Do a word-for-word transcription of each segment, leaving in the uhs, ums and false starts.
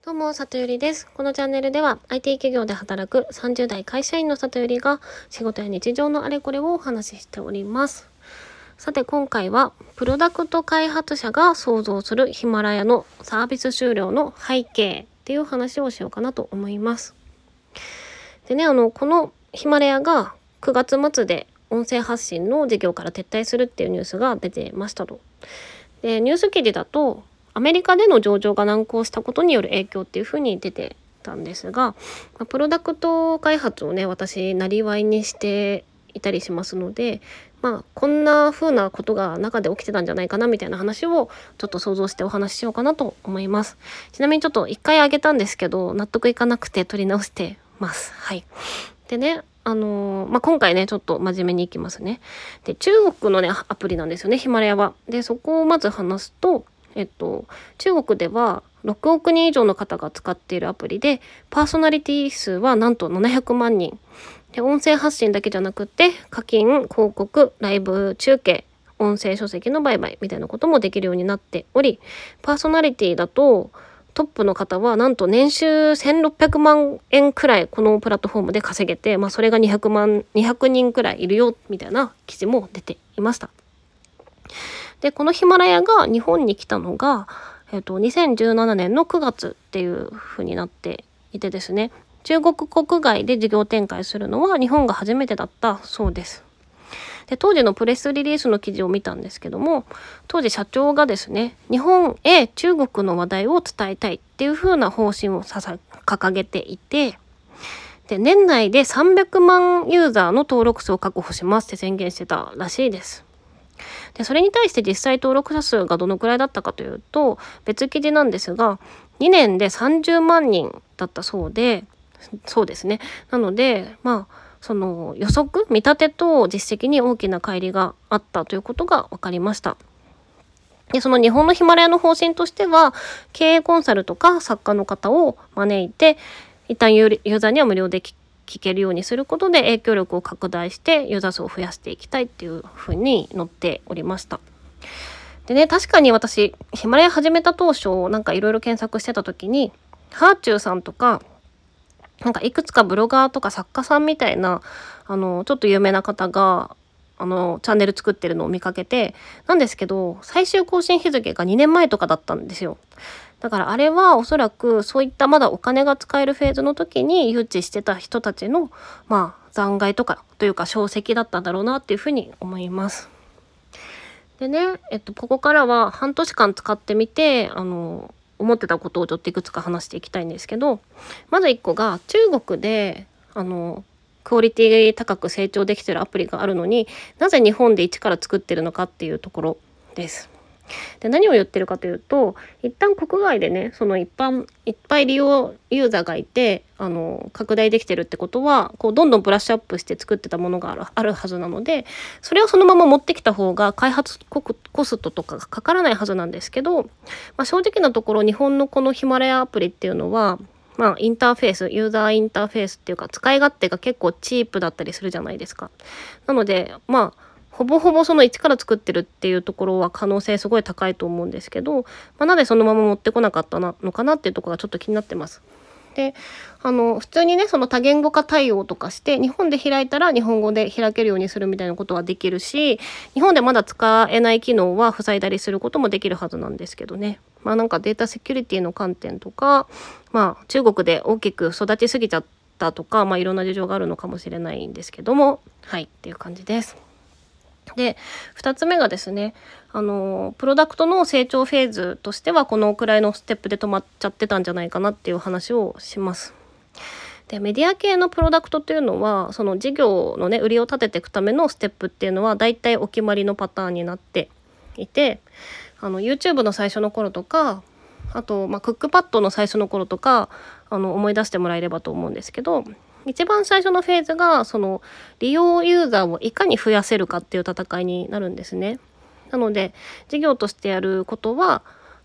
どうも、里ゆりです。このチャンネルでは アイティー 企業で働くさんじゅう代会社員の里ゆりが仕事や日常のあれこれをお話ししております。さて今回はプロダクト開発者が想像するヒマラヤのサービス終了の背景っていう話をしようかなと思います。でね、あの、このヒマラヤがくがつ末で音声発信の事業から撤退するっていうニュースが出てましたと。で、ニュース記事だとアメリカでの上場が難航したことによる影響っていうふうに出てたんですが、プロダクト開発をね、私なりわいにしていたりしますので、まあこんな風なことが中で起きてたんじゃないかなみたいな話をちょっと想像してお話ししようかなと思います。ちなみにちょっと一回あげたんですけど納得いかなくて取り直してます。はい。でね、あのーまあ、今回ねちょっと真面目にいきますね。で、中国のねアプリなんですよね、ヒマラヤは。で、そこをまず話すと、えっと、中国ではろくおくにん以上の方が使っているアプリで、パーソナリティ数はなんとななひゃくまんにん。で、音声発信だけじゃなくて、課金、広告、ライブ中継、音声書籍の売買みたいなこともできるようになっており、パーソナリティだと、トップの方はなんと年収せんろっぴゃくまんえんくらいこのプラットフォームで稼げて、まあそれがにひゃくまん、にひゃくにんくらいいるよみたいな記事も出ていました。で、このヒマラヤが日本に来たのが、えっと、にせんじゅうななねんのくがつっていう風になっていてですね、中国国外で事業展開するのは日本が初めてだったそうです。で、当時のプレスリリースの記事を見たんですけども、当時社長がですね、日本へ中国の話題を伝えたいっていう風な方針をささ掲げていて、で、年内でさんびゃくまんユーザーの登録数を確保しますって宣言してたらしいです。で、それに対して実際登録者数がどのくらいだったかというと、別記事なんですが、にねんでさんじゅうまんにんだったそうで、そうですね。なので、まあ、その予測、見立てと実績に大きな乖離があったということが分かりました。で、その日本のヒマラヤの方針としては、経営コンサルとか作家の方を招いて、一旦ユーザーには無料で聞聞けるようにすることで影響力を拡大してユーザー数を増やしていきたいっていう風に載っておりました。でね、確かに私ヒマラヤ始めた当初なんかいろいろ検索してた時にハーチューさんとかなんかいくつかブロガーとか作家さんみたいなあのちょっと有名な方があのチャンネル作ってるのを見かけて、なんですけど最終更新日付がにねんまえとかだったんですよ。だからあれはおそらくそういったまだお金が使えるフェーズの時に誘致してた人たちのまあ残骸とかというか証跡だったんだろうなっていうふうに思います。でね、えっとここからは半年間使ってみてあの思ってたことをちょっといくつか話していきたいんですけど、まずいっこが中国であのクオリティ高く成長できてるアプリがあるのになぜ日本で一から作ってるのかっていうところです。で、何を言ってるかというと、一旦国外でねその一般いっぱい利用ユーザーがいてあの拡大できてるってことはこうどんどんブラッシュアップして作ってたものがある、あるはずなので、それをそのまま持ってきた方が開発コストとかがかからないはずなんですけど、まあ、正直なところ日本のこのヒマラヤアプリっていうのはまあインターフェースユーザーインターフェースっていうか使い勝手が結構チープだったりするじゃないですか。なのでまあほぼほぼその一から作ってるっていうところは可能性すごい高いと思うんですけど、まあ、なぜそのまま持ってこなかったのかなっていうところがちょっと気になってます。で、あの普通にねその多言語化対応とかして日本で開いたら日本語で開けるようにするみたいなことはできるし、日本でまだ使えない機能は塞いだりすることもできるはずなんですけどね。まあなんかデータセキュリティの観点とか、まあ中国で大きく育ちすぎちゃったとか、まあいろんな事情があるのかもしれないんですけども、はいっていう感じです。で、ふたつめがですね、あのプロダクトの成長フェーズとしてはこのくらいのステップで止まっちゃってたんじゃないかなっていう話をします。で、メディア系のプロダクトっていうのはその事業のね売りを立てていくためのステップっていうのはだいたいお決まりのパターンになっていて、あの YouTube の最初の頃とかあと、まあ、クックパッドの最初の頃とかあの思い出してもらえればと思うんですけど、一番最初のフェーズがその利用ユーザーをいかに増やせるかっていう戦いになるんですね。なので事業としてやることは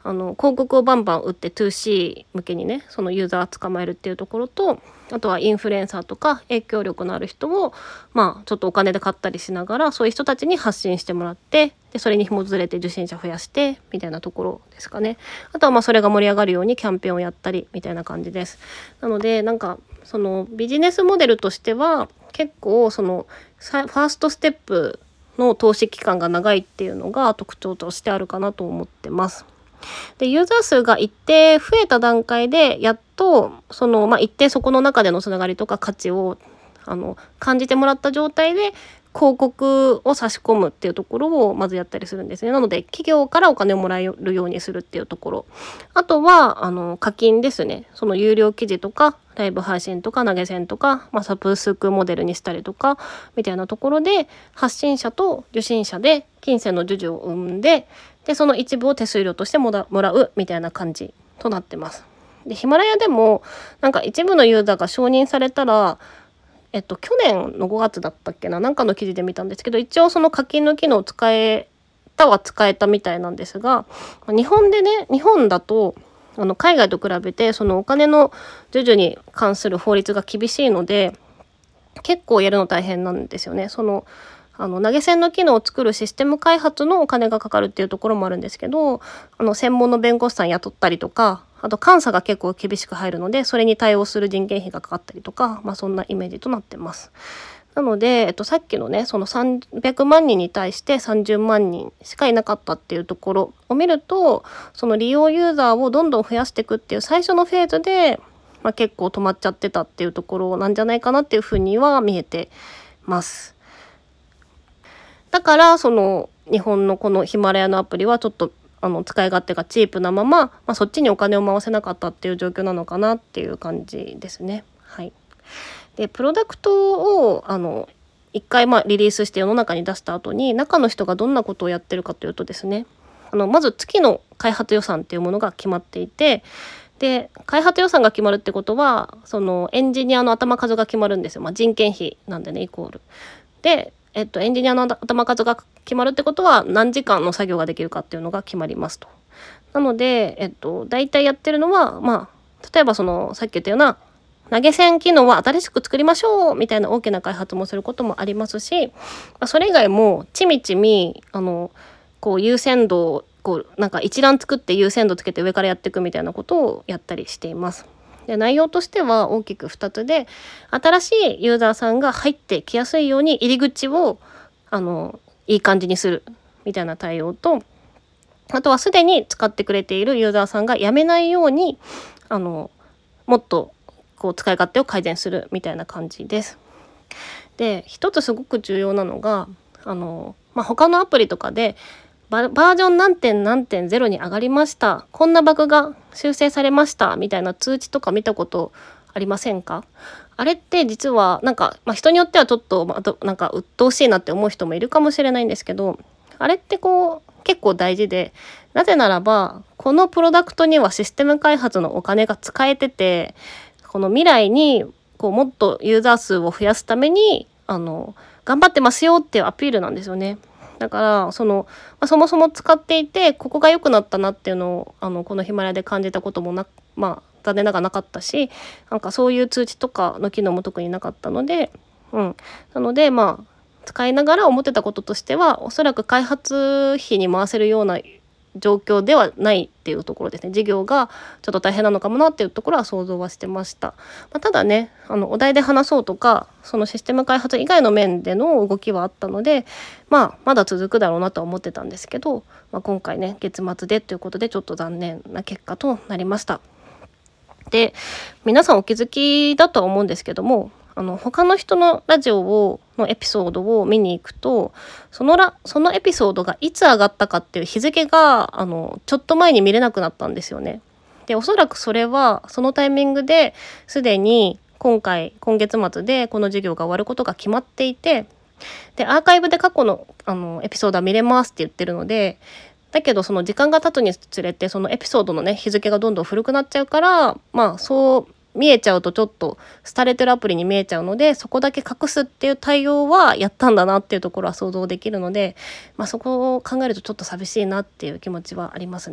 あの広告をバンバン打って ツーシー 向けにねそのユーザー捕まえるっていうところと、あとはインフルエンサーとか影響力のある人をまあちょっとお金で買ったりしながらそういう人たちに発信してもらって、でそれに紐づれて受信者増やしてみたいなところですかね。あとはまあそれが盛り上がるようにキャンペーンをやったりみたいな感じです。なのでなんかそのビジネスモデルとしては結構そのファーストステップの投資期間が長いっていうのが特徴としてあるかなと思ってます。でユーザー数が一定増えた段階でやっとその、まあ、一定そこの中でのつながりとか価値をあの感じてもらった状態で広告を差し込むっていうところをまずやったりするんですね。なので企業からお金をもらえるようにするっていうところ、あとはあの課金ですね。その有料記事とかライブ配信とか投げ銭とか、まあ、サブスクモデルにしたりとかみたいなところで発信者と受信者で金銭の授受を生んで、でその一部を手数料としてもらもらうみたいな感じとなってます。でヒマラヤでもなんか一部のユーザーが承認されたら、えっと去年のごがつだったっけな、なんかの記事で見たんですけど、一応その課金の機能を使えたは使えたみたいなんですが、日本でね日本だとあの海外と比べてそのお金の授受に関する法律が厳しいので結構やるの大変なんですよね。そのあの投げ銭の機能を作るシステム開発のお金がかかるっていうところもあるんですけど、あの専門の弁護士さん雇ったりとか、あと監査が結構厳しく入るのでそれに対応する人件費がかかったりとか、まあ、そんなイメージとなってます。なので、えっと、さっきのねそのさんびゃくまんにんに対してさんじゅうまんにんしかいなかったっていうところを見ると、その利用ユーザーをどんどん増やしていくっていう最初のフェーズで、まあ、結構止まっちゃってたっていうところなんじゃないかなっていうふうには見えてます。だからその日本のこのヒマラヤのアプリはちょっとあの使い勝手がチープなまま、まあ、そっちにお金を回せなかったっていう状況なのかなっていう感じですね。はい。でプロダクトをあの一回まあリリースして世の中に出した後に中の人がどんなことをやってるかというとですね、あのまず月の開発予算っていうものが決まっていて、で開発予算が決まるってことはそのエンジニアの頭数が決まるんですよ。まあ、人件費なんでねイコールで、えっと、エンジニアの頭数が決まるってことは何時間の作業ができるかっていうのが決まりますと。なので、えっと、大体やってるのは、まあ、例えばそのさっき言ったような投げ銭機能は新しく作りましょうみたいな大きな開発もすることもありますし、それ以外もちみちみあのこう優先度をこうなんか一覧作って優先度つけて上からやっていくみたいなことをやったりしています。で内容としては大きくふたつで、新しいユーザーさんが入ってきやすいように入り口をあのいい感じにするみたいな対応と、あとはすでに使ってくれているユーザーさんがやめないようにあのもっとこう使い勝手を改善するみたいな感じです。で一つすごく重要なのがあの、まあ、他のアプリとかでバ, バージョン何点何点ゼロに上がりました、こんなバグが修正されましたみたいな通知とか見たことありませんか？あれって実はなんか、まあ、人によってはちょっと、まあ、なんか鬱陶しいなって思う人もいるかもしれないんですけど、あれってこう結構大事で、なぜならばこのプロダクトにはシステム開発のお金が使えてて、この未来にこうもっとユーザー数を増やすためにあの頑張ってますよっていうアピールなんですよね。だからその、まあ、そもそも使っていてここが良くなったなっていうのをあのこのヒマラヤで感じたこともな、まあ、残念ながらなかったし、なんかそういう通知とかの機能も特になかったので、うん、なのでまあ使いながら思ってたこととしては、おそらく開発費に回せるような状況ではないっていうところですね。事業がちょっと大変なのかもなっていうところは想像はしてました。まあ、ただねあのお題で話そうとかそのシステム開発以外の面での動きはあったので、まあまだ続くだろうなとは思ってたんですけど、まあ、今回ね月末でということでちょっと残念な結果となりました。で皆さんお気づきだとは思うんですけども、あの他の人のラジオをのエピソードを見に行くと、そのラそのエピソードがいつ上がったかっていう日付があのちょっと前に見れなくなったんですよね。でおそらくそれはそのタイミングですでに今回今月末でこの授業が終わることが決まっていて、でアーカイブで過去のあのエピソードは見れますって言ってるので、だけどその時間が経つにつれてそのエピソードのね日付がどんどん古くなっちゃうから、まあそう見えちゃうとちょっと廃れてるアプリに見えちゃうので、そこだけ隠すっていう対応はやったんだなっていうところは想像できるので、まあ、そこを考えるとちょっと寂しいなっていう気持ちはありますね。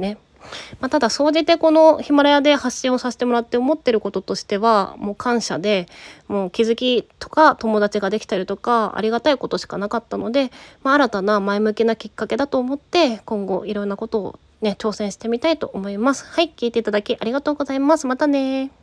まあ、ただ総じてこのヒマラヤで発信をさせてもらって思ってることとしては、もう感謝で、もう気づきとか友達ができたりとかありがたいことしかなかったので、まあ、新たな前向きなきっかけだと思って今後いろんなことをね挑戦してみたいと思います。はい、聞いていただきありがとうございます。またね。